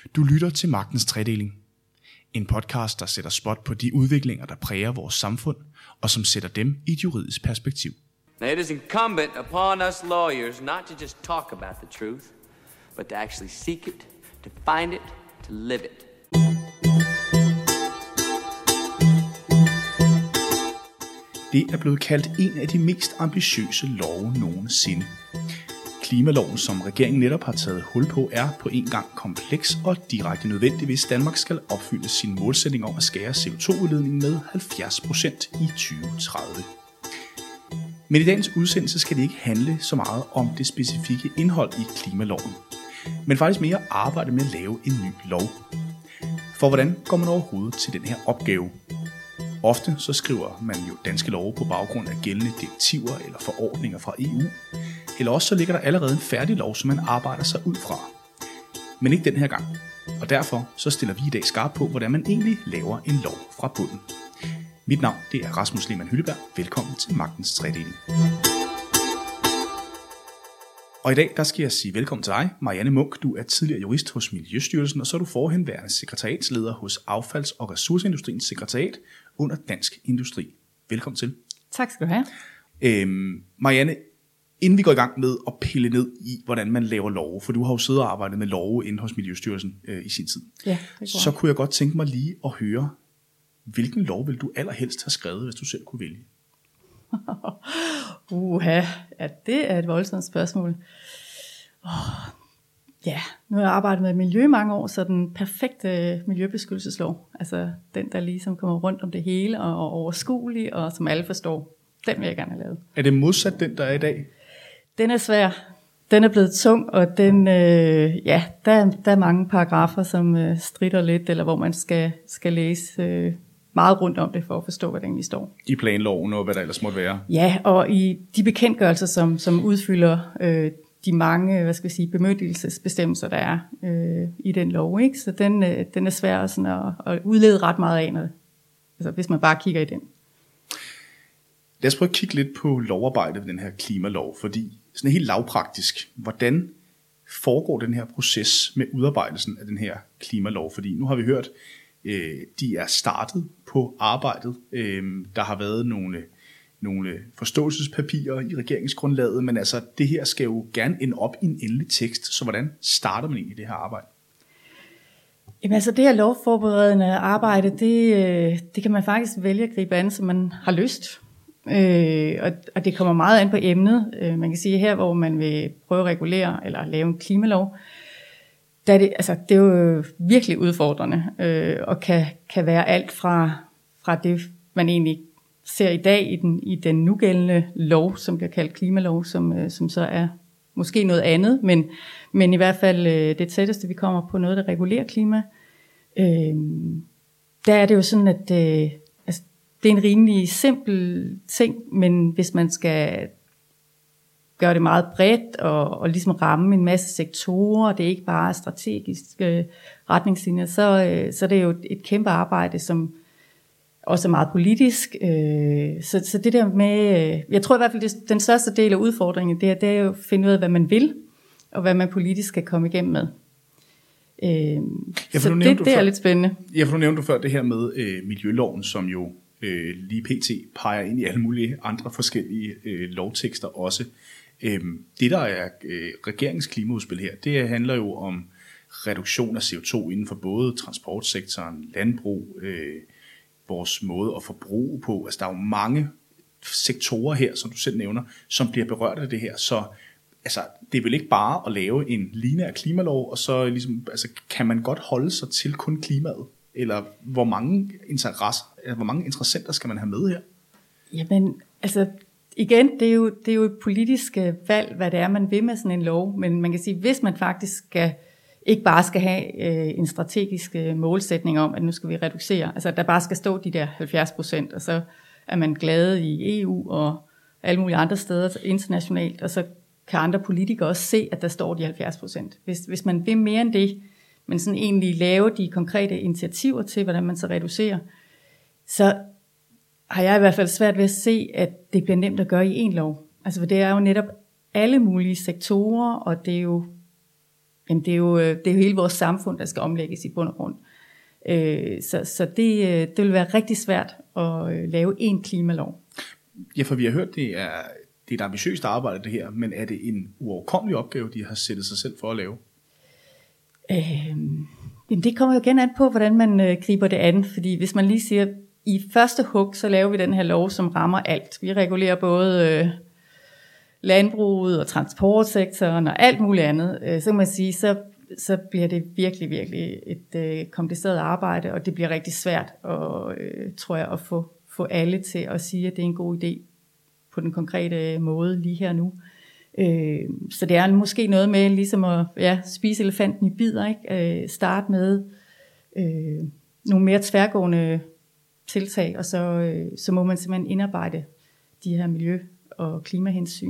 Du lytter til Magtens Tredeling. En podcast, der sætter spot på de udviklinger, der præger vores samfund, og som sætter dem i et juridisk perspektiv. Now, it is incumbent upon us lawyers not to just talk about the truth, but to actually seek it, to find it, to live it. Det er blevet kaldt en af de mest ambitiøse love nogensinde. Klimaloven, som regeringen netop har taget hul på, er på en gang kompleks og direkte nødvendig, hvis Danmark skal opfylde sin målsætning om at skære CO2-udledningen med 70% i 2030. Men i dagens udsendelse skal det ikke handle så meget om det specifikke indhold i klimaloven, men faktisk mere arbejde med at lave en ny lov. For hvordan går man overhovedet til den her opgave? Ofte så skriver man jo danske love på baggrund af gældende direktiver eller forordninger fra EU, eller også så ligger der allerede en færdig lov, som man arbejder sig ud fra. Men ikke den her gang. Og derfor så stiller vi i dag skarpt på, hvordan man egentlig laver en lov fra bunden. Mit navn det er Rasmus Lehmann Hylleberg. Velkommen til Magtens Tredeling. Og i dag der skal jeg sige velkommen til dig, Marianne Munk. Du er tidligere jurist hos Miljøstyrelsen, og så er du forhenværende sekretariatsleder hos Affalds- og Ressourceindustriens sekretariat under Dansk Industri. Velkommen til. Tak skal du have. Marianne, inden vi går i gang med at pille ned i, hvordan man laver love, for du har jo siddet og arbejdet med love inde hos Miljøstyrelsen i sin tid, så kunne jeg godt tænke mig lige at høre, hvilken lov vil du allerhelst have skrevet, hvis du selv kunne vælge? Ja, det er et voldsomt spørgsmål. Nu har jeg arbejdet med miljø i mange år, så den perfekte miljøbeskyttelseslov, altså den, der ligesom kommer rundt om det hele og overskuelig, og som alle forstår, den vil jeg gerne have lavet. Er det modsat den, der er i dag? Den er svær. Den er blevet tung, og den, der er mange paragrafer, som stritter lidt, eller hvor man skal læse meget rundt om det, for at forstå, hvad der egentlig står. I planloven og hvad der ellers måtte være? Ja, og i de bekendtgørelser, som udfylder de mange, bemyndigelsesbestemmelser, der er i den lov, ikke? Så den er svær sådan at udlede ret meget af, hvis man bare kigger i den. Lad os prøve at kigge lidt på lovarbejdet ved den her klimalov, fordi sådan helt lavpraktisk, hvordan foregår den her proces med udarbejdelsen af den her klimalov? Fordi nu har vi hørt, de er startet på arbejdet. Der har været nogle forståelsespapirer i regeringsgrundlaget, men altså det her skal jo gerne ende op i en endelig tekst. Så hvordan starter man egentlig det her arbejde? Jamen altså det her lovforberedende arbejde, det kan man faktisk vælge at gribe an, som man har lyst. Og det kommer meget an på emnet. Man kan sige her, hvor man vil prøve at regulere eller lave en klimalov, det er jo virkelig udfordrende, og kan være alt fra det, man egentlig ser i dag i den nugældende lov, som bliver kaldt klimalov, som så er måske noget andet, men i hvert fald det tætteste, vi kommer på noget, der regulerer klima. Der er det jo sådan, at det er en rimelig simpel ting, men hvis man skal gøre det meget bredt og ligesom ramme en masse sektorer, det er ikke bare strategiske retningslinjer, så er det jo et kæmpe arbejde, som også er meget politisk. Så det der med, jeg tror i hvert fald, den største del af udfordringen, det er jo at finde ud af, hvad man vil, og hvad man politisk skal komme igennem med. Så det er lidt spændende. Ja, for nu nævnte du før det her med miljøloven, som jo lige pt. Peger ind i alle mulige andre forskellige lovtekster også. Det der er regeringens klimaudspil her, det handler jo om reduktion af CO2 inden for både transportsektoren, landbrug, vores måde at forbruge på. Altså der er jo mange sektorer her, som du selv nævner, som bliver berørt af det her. Så altså, det er vel ikke bare at lave en lineær klimalov, og så ligesom, altså, kan man godt holde sig til kun klimaet? Eller hvor mange interessenter skal man have med her? Jamen, altså igen, det er jo et politisk valg, hvad det er, man vil med sådan en lov. Men man kan sige, hvis man faktisk ikke bare skal have en strategisk målsætning om, at nu skal vi reducere, altså der bare skal stå de der 70%, og så er man glad i EU og alle mulige andre steder internationalt, og så kan andre politikere også se, at der står de 70%. Hvis man vil mere end det, men sådan egentlig lave de konkrete initiativer til, hvordan man så reducerer, så har jeg i hvert fald svært ved at se, at det bliver nemt at gøre i en lov. Altså for det er jo netop alle mulige sektorer, og det er jo Jamen det er jo hele vores samfund, der skal omlægges i bund og grund. Så det vil være rigtig svært at lave en klimalov. Ja, for vi har hørt, det er et ambitiøst arbejde det her, men er det en uoverkommelig opgave, de har sættet sig selv for at lave? Det kommer jo igen an på, hvordan man griber det an, fordi hvis man lige siger, i første hug, så laver vi den her lov, som rammer alt. Vi regulerer både landbruget og transportsektoren og alt muligt andet. Så kan man sige, så bliver det virkelig, virkelig et kompliceret arbejde, og det bliver rigtig svært, tror jeg, at få alle til at sige, at det er en god idé på den konkrete måde lige her nu. Så det er måske noget med ligesom at spise elefanten i bidder, ikke? Starte med nogle mere tværgående tiltag, og så må man simpelthen indarbejde de her miljø- og klimahensyn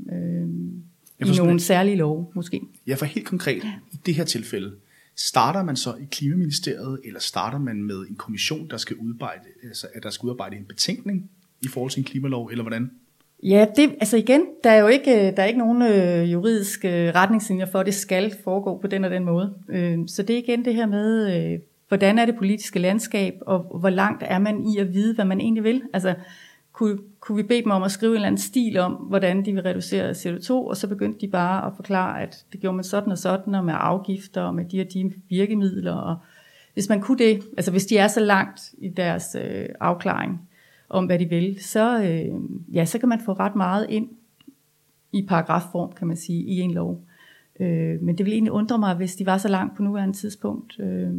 i nogle særlige love måske. Ja, for helt konkret i det her tilfælde, starter man så i Klimaministeriet, eller starter man med en kommission, der skal udarbejde en betænkning i forhold til en klimalov, eller hvordan? Ja, igen, der er ikke nogen juridiske retningslinjer for, at det skal foregå på den og den måde. Så det er igen det her med, hvordan er det politiske landskab, og hvor langt er man i at vide, hvad man egentlig vil. Altså, kunne vi bede dem om at skrive en eller anden stil om, hvordan de vil reducere CO2, og så begyndte de bare at forklare, at det gjorde man sådan og sådan, og med afgifter, og med de og de virkemidler. Og hvis man kunne det, altså hvis de er så langt i deres afklaring om, hvad de vil, så kan man få ret meget ind i paragrafform, kan man sige, i en lov. Men det vil egentlig undre mig, hvis de var så langt på nuværende tidspunkt.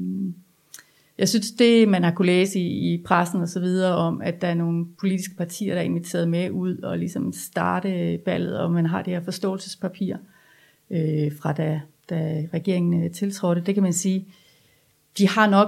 Jeg synes, det man har kunne læse i pressen og så videre om, at der er nogle politiske partier, der er inviteret med ud og ligesom starte ballet, og man har det her forståelsespapir fra da regeringen tiltrådte. Det kan man sige, de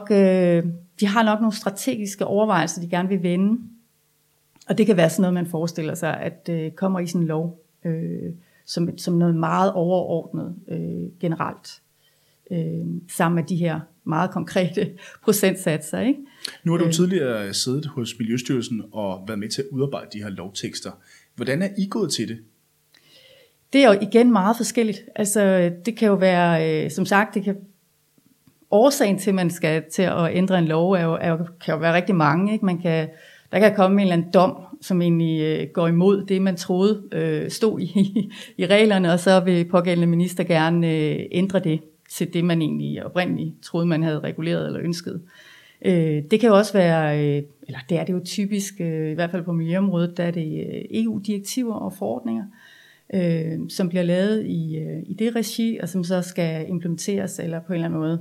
har nok nogle strategiske overvejelser, de gerne vil vende. Og det kan være sådan noget, man forestiller sig, at kommer i sådan en lov som noget meget overordnet generelt, sammen med de her meget konkrete procentsatser, ikke? Nu har du tidligere siddet hos Miljøstyrelsen og været med til at udarbejde de her lovtekster. Hvordan er I gået til det? Det er jo igen meget forskelligt. Altså, det kan jo være, som sagt, årsagen til, at man skal til at ændre en lov, kan jo være rigtig mange, ikke? Der kan komme en eller anden dom, som egentlig går imod det, man troede stod i reglerne, og så vil pågældende minister gerne ændre det til det, man egentlig oprindeligt troede, man havde reguleret eller ønsket. Det kan jo også være, eller det er det jo typisk, i hvert fald på miljøområdet, der er det EU-direktiver og forordninger, som bliver lavet i det regi, og som så skal implementeres, eller på en eller anden måde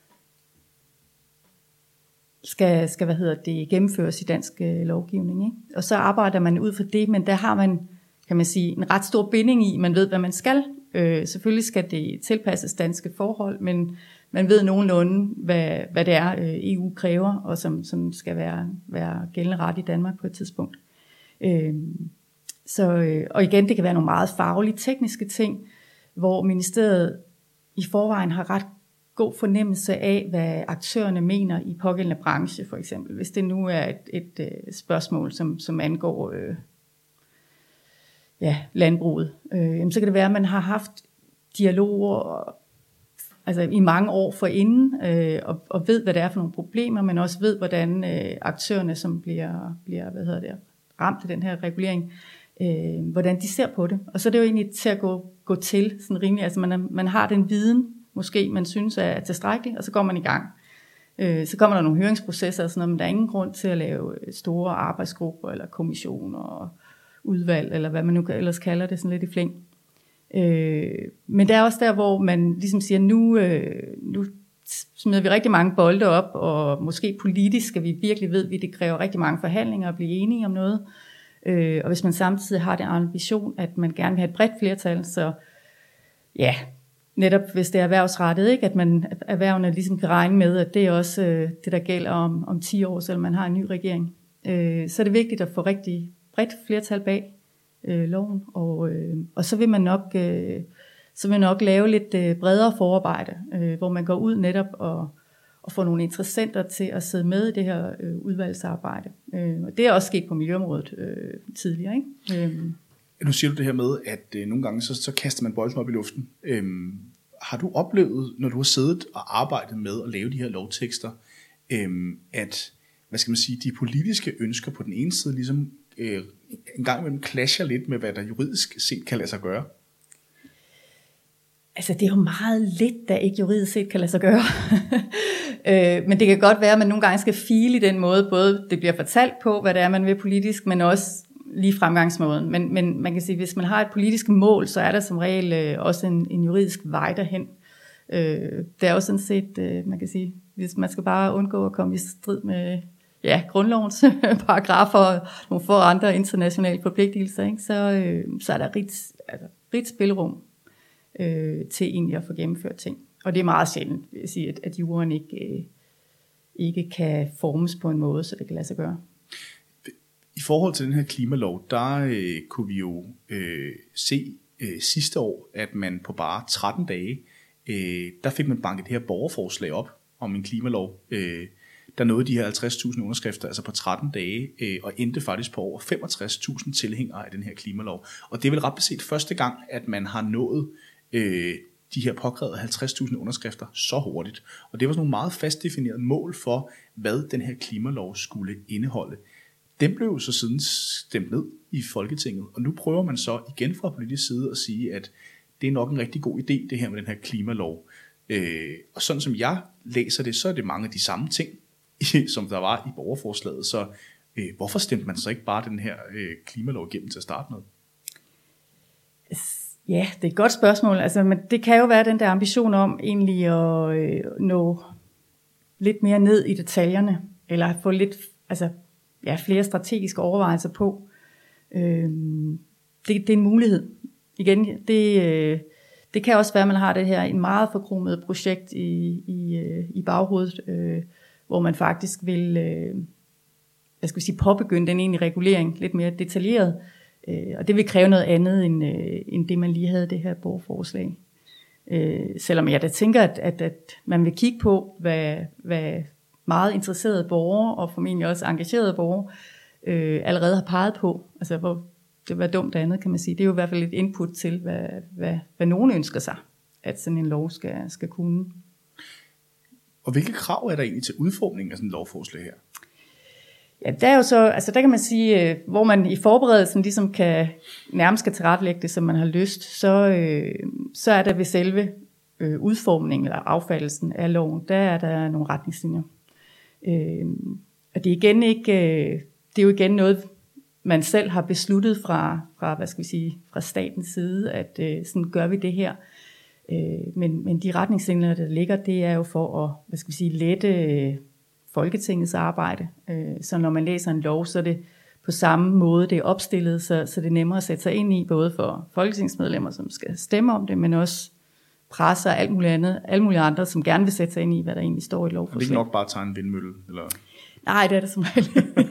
skal gennemføres i dansk lovgivning, ikke? Og så arbejder man ud fra det, men der har man, kan man sige, en ret stor binding i, man ved, hvad man skal. Selvfølgelig skal det tilpasses danske forhold, men man ved nogenlunde, hvad det er, EU kræver, og som skal være gældende ret i Danmark på et tidspunkt. Og igen, det kan være nogle meget faglige, tekniske ting, hvor ministeriet i forvejen har ret god fornemmelse af, hvad aktørerne mener i pågældende branche, for eksempel. Hvis det nu er et spørgsmål, som angår landbruget, så kan det være, at man har haft dialoger altså i mange år forinden, og ved, hvad det er for nogle problemer, men også ved, hvordan aktørerne, som bliver ramt af den her regulering, hvordan de ser på det. Og så er det jo egentlig til at gå til sådan rimelig, altså man har den viden, måske man synes er tilstrækkelig, og så går man i gang. Så kommer der nogle høringsprocesser og sådan noget, men der er ingen grund til at lave store arbejdsgrupper, eller kommissioner, og udvalg, eller hvad man nu ellers kalder det, sådan lidt i flæng. Men der er også der, hvor man ligesom siger, nu smider vi rigtig mange bolde op, og måske politisk skal vi virkelig ved, at det kræver rigtig mange forhandlinger at blive enige om noget. Og hvis man samtidig har den ambition, at man gerne vil have et bredt flertal, så ja, netop hvis det er erhvervsrettet, ikke? At erhvervene ligesom kan regne med, at det er også det, der gælder om 10 år, selvom man har en ny regering. Så er det vigtigt at få rigtig bredt flertal bag loven, og så vil man nok lave lidt bredere forarbejde, hvor man går ud netop og får nogle interessenter til at sidde med i det her udvalgsarbejde. Og det er også sket på miljøområdet tidligere, ikke? Nu siger du det her med, at nogle gange så kaster man bolden op i luften, har du oplevet, når du har siddet og arbejdet med at lave de her lovtekster, at, hvad skal man sige, de politiske ønsker på den ene side ligesom en gang imellem clasher lidt med, hvad der juridisk set kan lade sig gøre? Altså det er jo meget lidt, der ikke juridisk set kan lade sig gøre. Men det kan godt være, at man nogle gange skal file i den måde, både det bliver fortalt på, hvad det er, man vil politisk, men også lige fremgangsmåden. Men man kan sige, at hvis man har et politisk mål, så er der som regel også en juridisk vej derhen. Det er jo sådan set, man kan sige, hvis man skal bare undgå at komme i strid med grundlovens paragrafer og nogle få andre internationale forpligtelser, ikke? Så er der rigt spilrum til egentlig at få gennemført ting. Og det er meget sjældent, vil jeg sige, at juraen ikke kan formes på en måde, så det kan lade sig gøre. I forhold til den her klimalov, der kunne vi jo se sidste år, at man på bare 13 dage, der fik man banket det her borgerforslag op om en klimalov. Der nåede de her 50.000 underskrifter, altså på 13 dage, og endte faktisk på over 65.000 tilhængere af den her klimalov. Og det er vel ret beset første gang, at man har nået de her påkrævede 50.000 underskrifter så hurtigt. Og det var sådan nogle meget fast definerede mål for, hvad den her klimalov skulle indeholde. Den blev så siden stemt ned i Folketinget, og nu prøver man så igen fra politisk side at sige, at det er nok en rigtig god idé, det her med den her klimalov. Og sådan som jeg læser det, så er det mange af de samme ting, som der var i borgerforslaget. Så hvorfor stemte man så ikke bare den her klimalov igennem til at starte med? Ja, det er et godt spørgsmål. Altså, men det kan jo være den der ambition om egentlig at nå lidt mere ned i detaljerne, eller få lidt, flere strategiske overvejelser på. Det er en mulighed. Igen, det kan også være, at man har det her en meget forkromet projekt i baghovedet, hvor man faktisk vil påbegynde den egentlige regulering lidt mere detaljeret. Og det vil kræve noget andet, end det man lige havde det her borgerforslag. Selvom jeg da tænker, at man vil kigge på, hvad meget interesserede borgere, og formentlig også engagerede borgere, allerede har peget på. Altså, hvor det var dumt andet, kan man sige. Det er jo i hvert fald et input til, hvad nogen ønsker sig, at sådan en lov skal kunne. Og hvilke krav er der egentlig til udformningen af sådan et lovforslag her? Ja, der er jo så, der kan man sige, hvor man i forberedelsen ligesom nærmest skal tilrettelægge det, som man har lyst, så er der ved selve udformningen eller affaldelsen af loven, der er der nogle retningslinjer. Og det er jo igen noget, man selv har besluttet fra statens side, at sådan gør vi det her. Men de retningslinjer, der ligger, det er jo for at, lette Folketingets arbejde. Så når man læser en lov, så er det på samme måde, det er opstillet, så det er nemmere at sætte sig ind i, både for folketingsmedlemmer, som skal stemme om det, men også presser og alle mulige andre, som gerne vil sætte sig ind i, hvad der egentlig står i lovforslaget. Det er ikke nok bare at tegne en vindmølle? Eller? Nej, det er det som regel.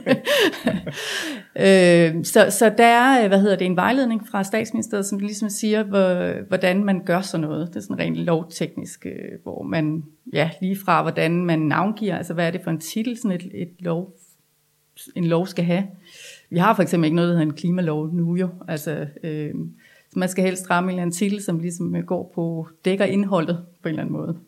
Så der er, en vejledning fra Statsministeriet, som ligesom siger, hvordan man gør sådan noget. Det er sådan rent lovteknisk, hvor man, lige fra hvordan man navngiver, altså hvad er det for en titel, sådan en lov skal have. Vi har for eksempel ikke noget, der hedder en klimalov nu jo. Altså, så man skal helst ramme en eller anden titel, som ligesom går på, dækker indholdet på en eller anden måde.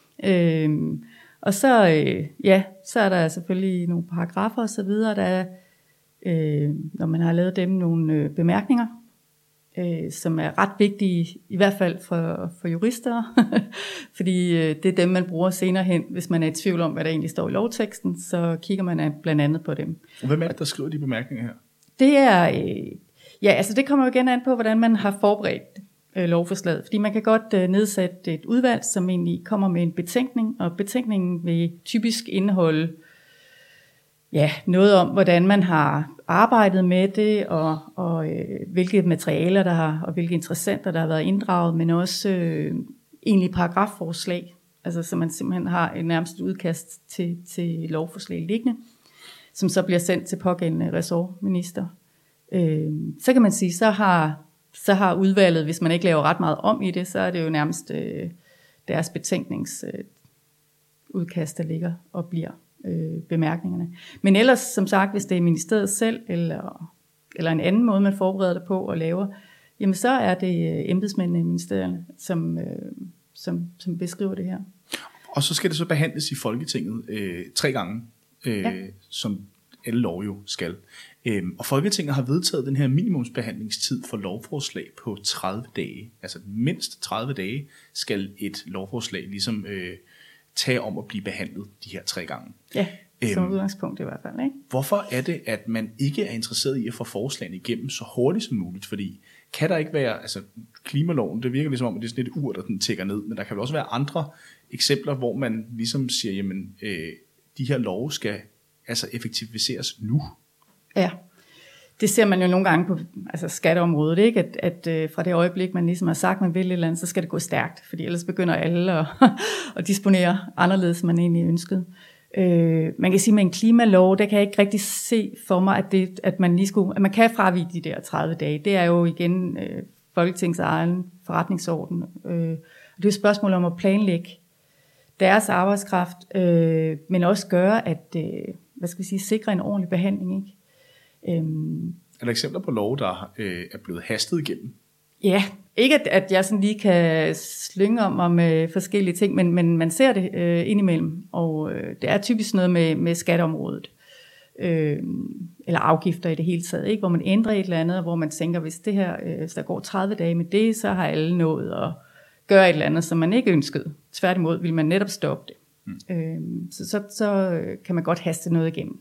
Og så er der selvfølgelig nogle paragrafer og så videre, der er, når man har lavet dem, nogle bemærkninger, som er ret vigtige, i hvert fald for jurister, fordi det er dem, man bruger senere hen, hvis man er i tvivl om, hvad der egentlig står i lovteksten, så kigger man blandt andet på dem. Og hvem er det, der skriver de bemærkninger her? Det er, det kommer jo igen an på, hvordan man har forberedt lovforslaget, fordi man kan godt nedsætte et udvalg, som egentlig kommer med en betænkning, og betænkningen vil typisk indeholde noget om, hvordan man har arbejdet med det, og hvilke materialer der har, og hvilke interessenter der har været inddraget, men også egentlig paragrafforslag, altså så man simpelthen har et nærmest udkast til lovforslag liggende, som så bliver sendt til pågældende ressortminister. Så kan man sige, så har udvalget, hvis man ikke laver ret meget om i det, så er det jo nærmest deres betænkningsudkast, der ligger og bliver bemærkningerne. Men ellers, som sagt, hvis det er ministeriet selv, eller en anden måde, man forbereder det på og laver, jamen så er det embedsmændene i ministerierne, som beskriver det her. Og så skal det så behandles i Folketinget 3 gange, som alle lov jo skal. Og Folketinget har vedtaget den her minimumsbehandlingstid for lovforslag på 30 dage. Altså mindst 30 dage skal et lovforslag ligesom tage om at blive behandlet de her 3 gange. Ja, som udgangspunkt i hvert fald. Ikke? Hvorfor er det, at man ikke er interesseret i at få forslagene igennem så hurtigt som muligt? Fordi kan der ikke være, altså klimaloven, det virker ligesom om, at det er sådan et ur, der den tækker ned, men der kan vel også være andre eksempler, hvor man ligesom siger, jamen de her love skal altså effektiviseres nu. Ja. Det ser man jo nogle gange på skatteområdet, ikke? At fra det øjeblik, man ligesom har sagt, man vil et eller andet, så skal det gå stærkt, fordi ellers begynder alle at disponere anderledes, man egentlig ønskede. Man kan sige, med en klimalov, der kan jeg ikke rigtig se for mig, at man kan fravige de der 30 dage. Det er jo igen Folketingets egen forretningsorden. Og det er jo et spørgsmål om at planlægge deres arbejdskraft, men også gøre, at sikre en ordentlig behandling, ikke? Er der eksempler på lov, der er blevet hastet igennem? Ja, ikke at jeg sådan lige kan slynge om forskellige ting, men man ser det indimellem, og det er typisk noget med skatteområdet, eller afgifter i det hele taget, ikke? Hvor man ændrer et eller andet, og hvor man tænker, hvis det her, hvis der går 30 dage med det, så har alle nået at gøre et eller andet, som man ikke ønskede. Tværtimod vil man netop stoppe det. Så kan man godt haste noget igennem.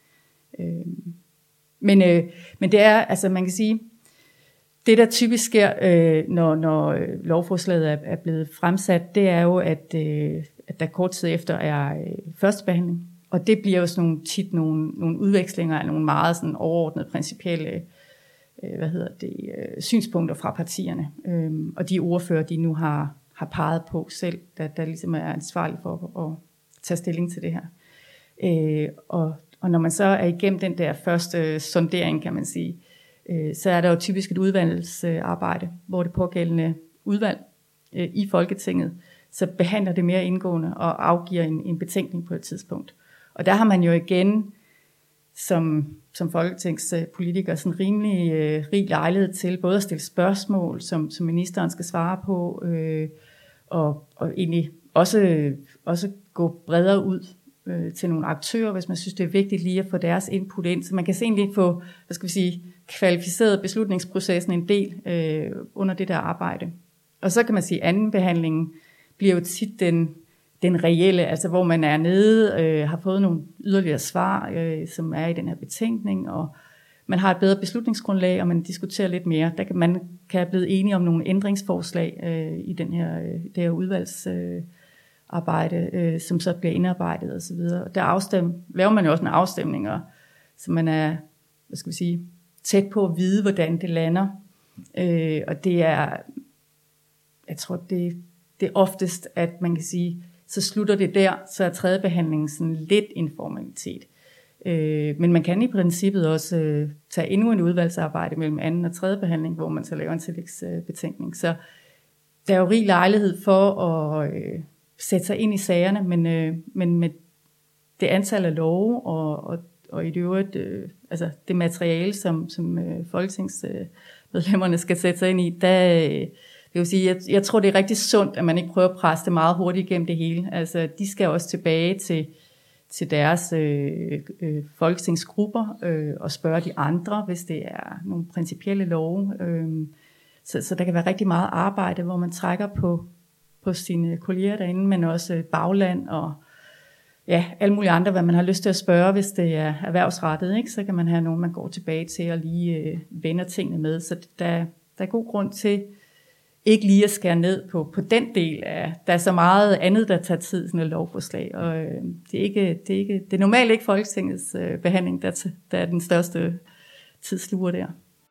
Men det er, altså man kan sige, det der typisk sker, når lovforslaget er blevet fremsat, det er jo, at der kort tid efter er første behandling. Og det bliver jo sådan nogle udvekslinger af nogle meget sådan overordnede principielle synspunkter fra partierne. Og de ordfører, de nu har peget på selv, der ligesom er ansvarlige for at tage stilling til det her. Og når man så er igennem den der første sondering, kan man sige, så er der jo typisk et udvalgsarbejde, hvor det pågældende udvalg i Folketinget, så behandler det mere indgående og afgiver en betænkning på et tidspunkt. Og der har man jo igen, som folketingspolitiker, sådan rimelig rig lejlighed til både at stille spørgsmål, som ministeren skal svare på, og egentlig også gå bredere ud til nogle aktører, hvis man synes, det er vigtigt lige at få deres input ind. Så man kan egentlig få, kvalificeret beslutningsprocessen en del under det der arbejde. Og så kan man sige, at anden behandlingen bliver jo tit den reelle, altså hvor man er nede, har fået nogle yderligere svar, som er i den her betænkning, og man har et bedre beslutningsgrundlag, og man diskuterer lidt mere. Man kan blive enige om nogle ændringsforslag i det her udvalgsarbejde, som så bliver indarbejdet osv. Og der laver man jo også en afstemning, så man er, tæt på at vide, hvordan det lander. Og det er, jeg tror, det er oftest, at man kan sige, så slutter det der, så er tredje behandlingen sådan lidt en formalitet. Men man kan i princippet også tage endnu en udvalgsarbejde mellem anden og tredje behandling, hvor man så laver en tillægsbetænkning. Så der er jo rig lejlighed for at sætte sig ind i sagerne, men med det antal af love og i det øvrigt, det materiale, som folketingsmedlemmerne skal sætte sig ind i, det vil sige, jeg tror, det er rigtig sundt, at man ikke prøver at presse det meget hurtigt igennem det hele. Altså, de skal også tilbage til deres folketingsgrupper og spørge de andre, hvis det er nogle principielle love. Så der kan være rigtig meget arbejde, hvor man trækker på sine kolleger derinde, men også bagland og alle mulige andre, hvad man har lyst til at spørge, hvis det er erhvervsrettet, ikke? Så kan man have nogen, man går tilbage til og lige vender tingene med. Så der er god grund til ikke lige at skære ned på den del af, der er så meget andet, der tager tid, sådan et lovforslag, og det er normalt ikke Folketingets behandling, der er den største tidssluger der.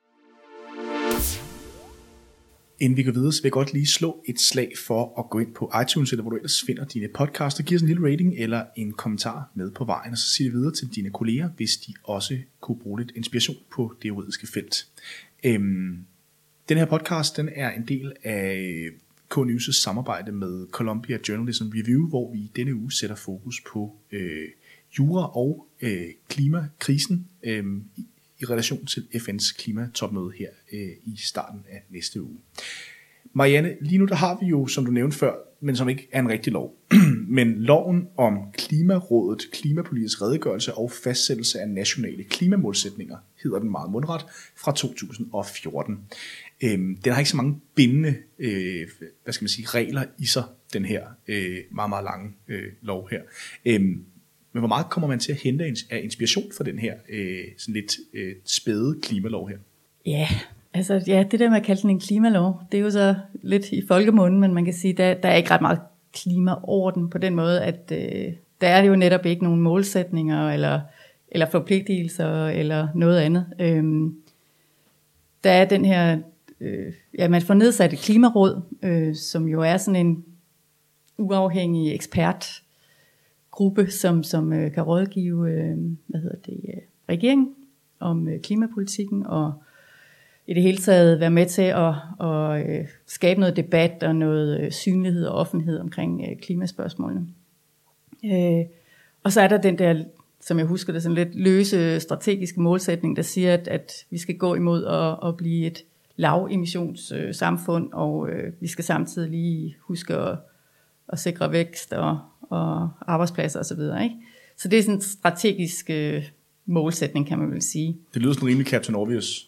Inden vi går videre, så vil jeg godt lige slå et slag for at gå ind på iTunes, eller hvor du ellers finder dine podcasts, og give os en lille rating eller en kommentar med på vejen, og så sig det videre til dine kolleger, hvis de også kunne bruge lidt inspiration på det juridiske felt. Den her podcast, den er en del af KNews' samarbejde med Columbia Journalism Review, hvor vi i denne uge sætter fokus på jura og klimakrisen i relation til FN's klimatopmøde her i starten af næste uge. Marianne, lige nu der har vi jo, som du nævnte før, men som ikke er en rigtig lov. Men loven om Klimarådet, klimapolitisk redegørelse og fastsættelse af nationale klimamålsætninger, hedder den meget mundret, fra 2014. Den har ikke så mange bindende regler i sig, den her meget, meget lange lov her. Men hvor meget kommer man til at hente af inspiration for den her sådan lidt spæde klimalov her? Ja, altså det der med at kalde den en klimalov, det er jo så lidt i folkemunden, men man kan sige, der er ikke ret meget klimaorden på den måde, at der er det jo netop ikke nogen målsætninger eller forpligtelser eller noget andet. Der er den her, man får nedsat et klimaråd, som jo er sådan en uafhængig ekspertgruppe, som kan rådgive regeringen om klimapolitikken og i det hele taget være med til at skabe noget debat og noget synlighed og offentlighed omkring klimaspørgsmålene. Og så er der den der, som jeg husker det, sådan lidt løse strategiske målsætning, der siger, at vi skal gå imod at blive et lavemissionssamfund, og vi skal samtidig lige huske at sikre vækst og arbejdspladser osv. Ikke? Så det er sådan en strategisk målsætning, kan man vel sige. Det lyder sådan rimelig Captain Obvious.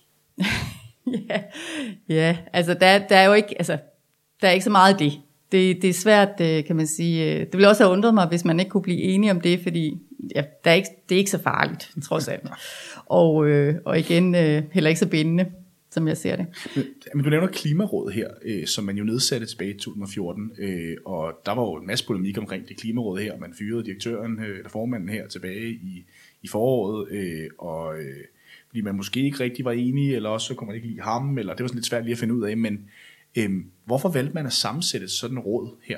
Ja, altså der er jo ikke, altså der er ikke så meget af det. Det er svært, kan man sige. Det ville også have undret mig, hvis man ikke kunne blive enige om det, fordi det er ikke så farligt, trods alt. Og igen, heller ikke så bindende, som jeg ser det. Men du nævner Klimarådet her, som man jo nedsatte tilbage i 2014, og der var jo en masse polemik omkring det Klimaråd her, man fyrede direktøren, eller formanden her tilbage i foråret, fordi man måske ikke rigtig var enige, eller også så kunne man ikke lide ham, eller det var sådan lidt svært lige at finde ud af, men hvorfor valgte man at sammensætte sådan et råd her?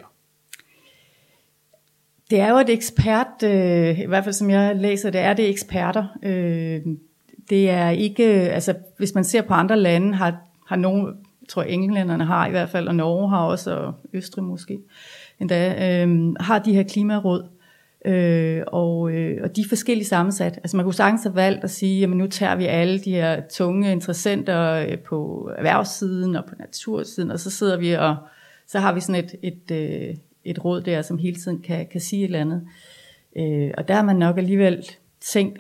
Det er jo et ekspert, i hvert fald som jeg læser det, er det eksperter. Det er ikke, altså hvis man ser på andre lande, har nogle, jeg tror englænderne har i hvert fald, og Norge har også, og Østrig måske endda, har de her klimaråd. Og de er forskelligt sammensat. Altså man kunne sagtens have valgt at sige, jamen nu tager vi alle de her tunge interessenter på erhvervssiden og på natursiden, og så sidder vi og så har vi sådan et råd der, som hele tiden kan sige et eller andet. Og der har man nok alligevel tænkt,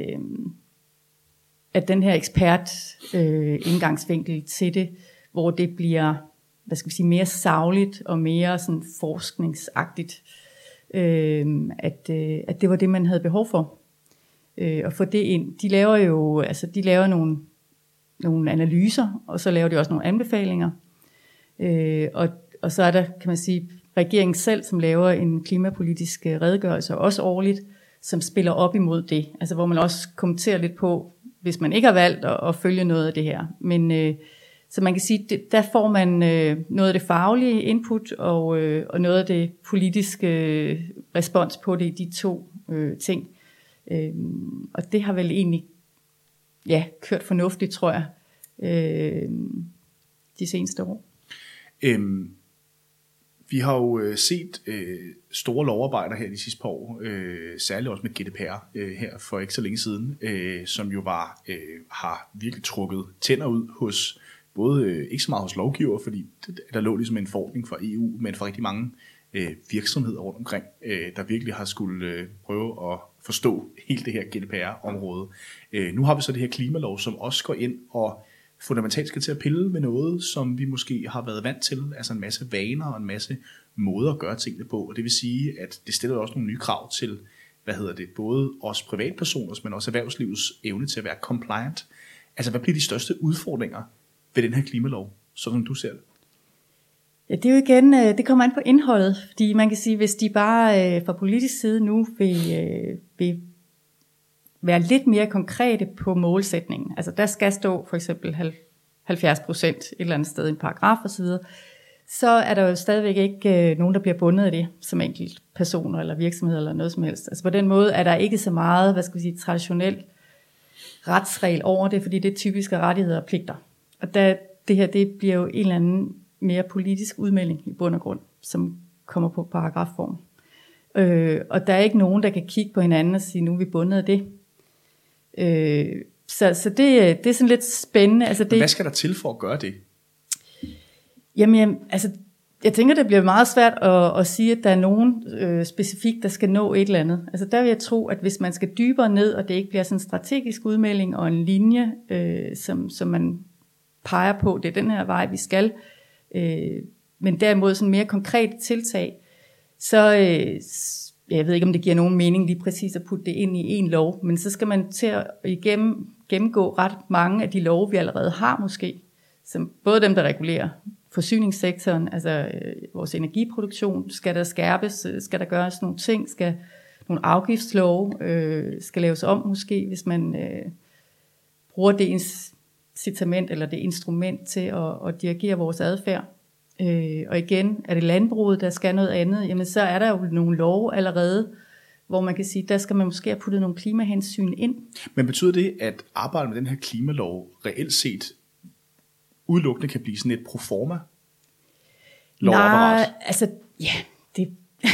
at den her ekspert indgangsvinkel til det, hvor det bliver, mere sagligt og mere sådan forskningsagtigt, at det var det, man havde behov for at få det ind. De laver nogle analyser, og så laver de også nogle anbefalinger. Og så er der, kan man sige, regeringen selv, som laver en klimapolitisk redegørelse, også årligt, som spiller op imod det. Altså hvor man også kommenterer lidt på, hvis man ikke har valgt at følge noget af det her. Men så man kan sige, der får man noget af det faglige input og noget af det politiske respons på det i de to ting. Og det har vel egentlig kørt fornuftigt, tror jeg, de seneste år. Vi har jo set store lovarbejder her de sidste par år, særligt også med GDPR her for ikke så længe siden, som jo har virkelig trukket tænder ud hos både ikke så meget hos lovgiver, fordi der lå ligesom en forordning fra EU, men for rigtig mange virksomheder rundt omkring, der virkelig har skulle prøve at forstå hele det her GDPR-område. Nu har vi så det her klimalov, som også går ind og fundamentalt skal til at pille med noget, som vi måske har været vant til, altså en masse vaner og en masse måder at gøre tingene på, og det vil sige, at det stiller også nogle nye krav til, både os privatpersoners, men også erhvervslivets evne til at være compliant. Altså, hvad bliver de største udfordringer ved den her klimalov, sådan som du ser det? Ja, det er jo igen, det kommer an på indholdet, fordi man kan sige, hvis de bare fra politisk side nu vil være lidt mere konkrete på målsætningen, altså der skal stå for eksempel 70% et eller andet sted i en paragraf osv., så er der jo stadigvæk ikke nogen, der bliver bundet af det som enkelt personer eller virksomheder eller noget som helst. Altså på den måde er der ikke så meget, traditionel retsregel over det, fordi det er typiske rettigheder og pligter. Og det her, det bliver jo en eller anden mere politisk udmelding i bund og grund, som kommer på paragrafform. Og der er ikke nogen, der kan kigge på hinanden og sige, nu er vi bundet af det. Så det er sådan lidt spændende. Altså hvad skal der til for at gøre det? Jamen, altså Jeg tænker, det bliver meget svært at sige, at der er nogen specifikt, der skal nå et eller andet. Altså der vil jeg tro, at hvis man skal dybere ned, og det ikke bliver sådan en strategisk udmelding og en linje, som man peger på, det er den her vej, vi skal, men derimod sådan mere konkret tiltag, så jeg ved ikke, om det giver nogen mening lige præcis at putte det ind i en lov, men så skal man til at gennemgå ret mange af de love, vi allerede har måske, som både dem, der regulerer forsyningssektoren, altså vores energiproduktion, skal der skærpes, skal der gøres nogle ting, skal nogle afgiftslove skal laves om måske, hvis man bruger det incitament eller det instrument til at dirigere vores adfærd. Og igen, er det landbruget, der skal noget andet, jamen så er der jo nogle love allerede, hvor man kan sige, der skal man måske have puttet nogle klimahensyn ind. Men betyder det, at arbejdet med den her klimalov reelt set udelukkende kan blive sådan et proforma lovapparat? Nej, altså, ja, det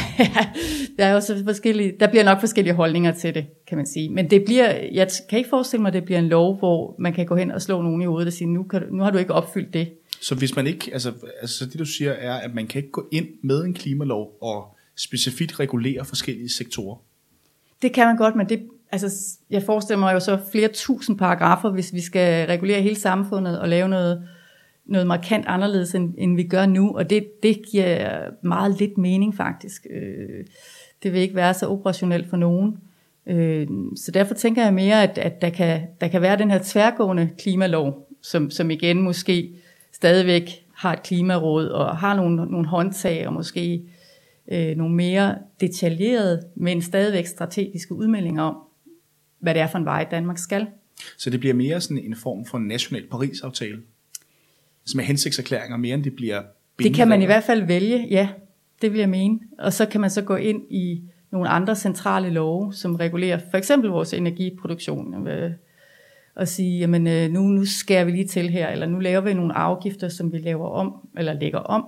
der er jo så forskellige, der bliver nok forskellige holdninger til det, kan man sige. Men det bliver, jeg kan ikke forestille mig, at det bliver en lov, hvor man kan gå hen og slå nogen i hovedet og sige, nu har du ikke opfyldt det. Så hvis man ikke, altså det du siger er, at man kan ikke gå ind med en klimalov og specifikt regulere forskellige sektorer? Det kan man godt, men det, altså jeg forestiller mig jo så flere tusind paragrafer, hvis vi skal regulere hele samfundet og lave noget markant anderledes, end vi gør nu, og det giver meget lidt mening faktisk. Det vil ikke være så operationelt for nogen. Så derfor tænker jeg mere, at der kan være den her tværgående klimalov, som igen måske stadigvæk har et klimaråd og har nogle håndtag og måske nogle mere detaljerede, men stadigvæk strategiske udmeldinger om, hvad det er for en vej Danmark skal. Så det bliver mere sådan en form for national Paris-aftale? Som er hensigtserklæringer mere, end det bliver bindende? Det kan man i hvert fald vælge, ja, det vil jeg mene. Og så kan man så gå ind i nogle andre centrale love, som regulerer for eksempel vores energiproduktion, og sige, jamen nu skærer vi lige til her, eller nu laver vi nogle afgifter, som vi laver om, eller lægger om,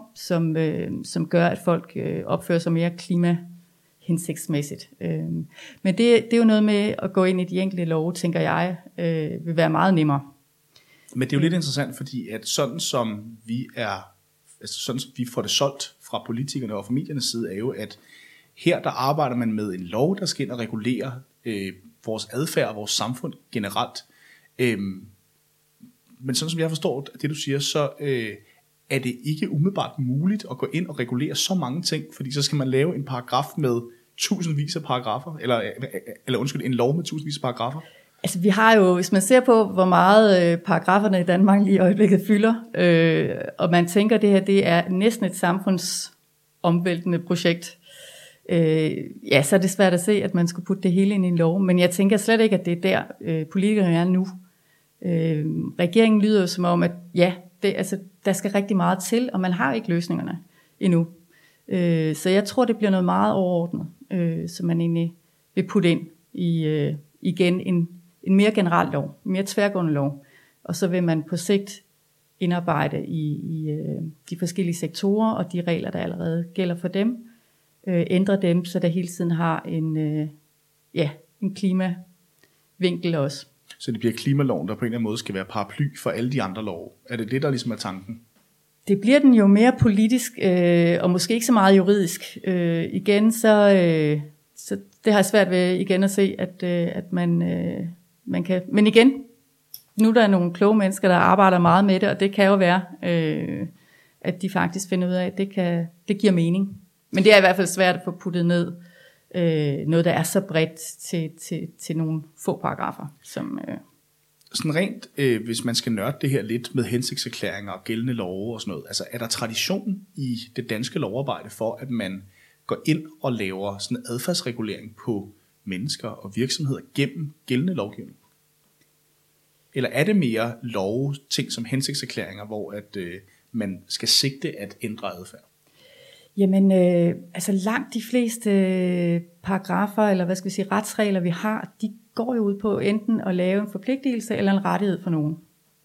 som gør, at folk opfører sig mere klimahensigtsmæssigt. Men det er jo noget med at gå ind i de enkelte love, tænker jeg, vil være meget nemmere. Men det er jo lidt interessant, fordi at sådan som vi får det solgt fra politikerne og fra mediernes side, er jo, at her der arbejder man med en lov, der skal ind og regulere vores adfærd og vores samfund generelt. Men sådan som jeg forstår det, du siger, så er det ikke umiddelbart muligt at gå ind og regulere så mange ting, fordi så skal man lave en paragraf med tusindvis af paragrafer, eller undskyld, en lov med tusindvis af paragrafer. Altså vi har jo, hvis man ser på, hvor meget paragraferne i Danmark lige i øjeblikket fylder, og man tænker, at det her det er næsten et samfundsomvæltende projekt, ja, så er det svært at se, at man skulle putte det hele ind i en lov. Men jeg tænker slet ikke, at det er der politikerne er nu. Regeringen lyder jo som om, at ja, der skal rigtig meget til, og man har ikke løsningerne endnu. Så jeg tror, det bliver noget meget overordnet, som man egentlig vil putte ind i igen en mere generel lov, en mere tværgående lov. Og så vil man på sigt indarbejde i de forskellige sektorer og de regler, der allerede gælder for dem, ændre dem, så der hele tiden har en klimavinkel også. Så det bliver klimaloven, der på en eller anden måde skal være paraply for alle de andre love. Er det det, der ligesom er tanken? Det bliver den jo mere politisk, og måske ikke så meget juridisk. Igen, så det har jeg svært ved igen at se, at man kan... Men igen, nu er der nogle kloge mennesker, der arbejder meget med det, og det kan jo være, at de faktisk finder ud af, at det giver mening. Men det er i hvert fald svært at få puttet ned noget, der er så bredt til nogle få paragrafer. Sådan rent, hvis man skal nørde det her lidt med hensigtserklæringer og gældende love og sådan noget, altså er der tradition i det danske lovarbejde for, at man går ind og laver sådan en adfærdsregulering på mennesker og virksomheder gennem gældende lovgivning? Eller er det mere love, ting som hensigtserklæringer, hvor at man skal sigte at ændre adfærd? Jamen, altså langt de fleste paragrafer, eller hvad skal vi sige, retsregler vi har, de går jo ud på enten at lave en forpligtelse eller en rettighed for nogen.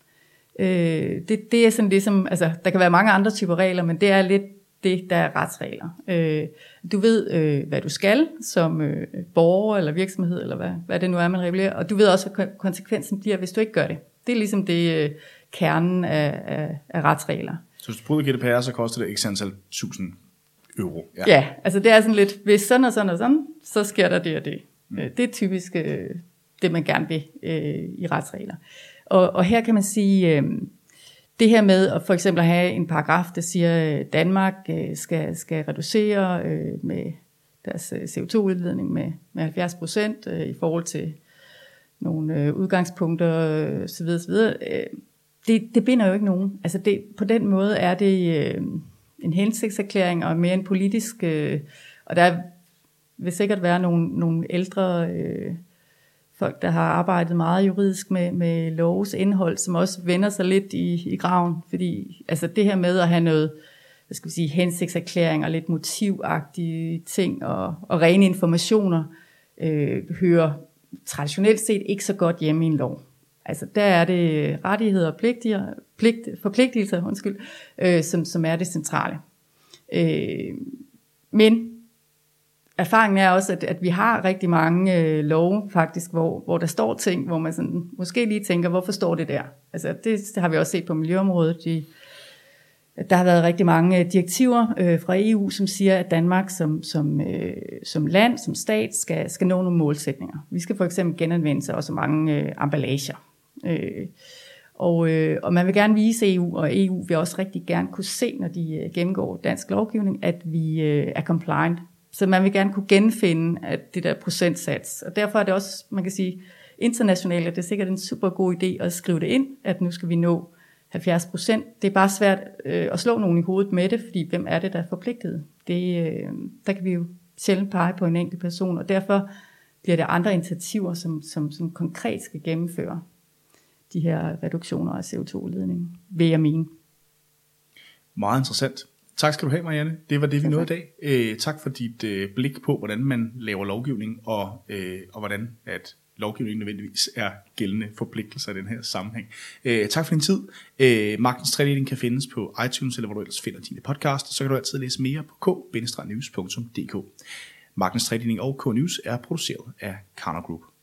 Det er sådan ligesom, altså der kan være mange andre typer regler, men det er lidt det, der er retsregler. Du ved, hvad du skal som borger eller virksomhed, eller hvad det nu er, man regulerer, og du ved også, hvad konsekvensen bliver, hvis du ikke gør det. Det er ligesom det kernen af retsregler. Så hvis du bryder GDPR, så koster det ikke antal 1000 euro. Ja, altså det er sådan lidt, hvis sådan og sådan og sådan, så sker der det og det. Det er typisk det, man gerne vil i retsregler. Og her kan man sige, det her med at for eksempel have en paragraf, der siger, at Danmark skal reducere med deres CO2-udledning med 70% i forhold til nogle udgangspunkter osv. Det binder jo ikke nogen. Altså på den måde er det en hensigtserklæring og mere en politisk, og der vil sikkert være nogle ældre folk, der har arbejdet meget juridisk med lovs indhold, som også vender sig lidt i graven, fordi altså det her med at have noget, hvad skal vi sige, hensigtserklæring og lidt motivagtige ting og rene informationer, hører traditionelt set ikke så godt hjemme i en lov. Altså der er det rettigheder og forpligtelser, som er det centrale. Men erfaringen er også, at vi har rigtig mange love faktisk, hvor der står ting, hvor man sådan, måske lige tænker, hvorfor står det der? Altså det har vi også set på miljøområdet. Der har været rigtig mange direktiver fra EU, som siger, at Danmark som land, som stat, skal nå nogle målsætninger. Vi skal for eksempel genanvende så også mange emballager. Og man vil gerne vise EU, og EU vil også rigtig gerne kunne se, når de gennemgår dansk lovgivning, at vi er compliant. Så man vil gerne kunne genfinde at det der procentsats. Og derfor er det også, man kan sige, internationalt, at det er sikkert en super god idé at skrive det ind, at nu skal vi nå 70%. Det er bare svært at slå nogen i hovedet med det, fordi hvem er det, der er forpligtet? Der kan vi jo sjældent pege på en enkelt person, og derfor bliver det andre initiativer, som konkret skal gennemføre de her reduktioner af CO2-udledning, vil jeg mene. Meget interessant. Tak skal du have, Marianne. Det var det, vi nåede i dag. Tak for dit blik på, hvordan man laver lovgivning, og hvordan at lovgivningen nødvendigvis er gældende forpligtelser i den her sammenhæng. Tak for din tid. Magtens Tredeling kan findes på iTunes, eller hvor du ellers finder dine podcast, så kan du altid læse mere på k-news.dk. Magtens Tredeling og K-News er produceret af Karner Group.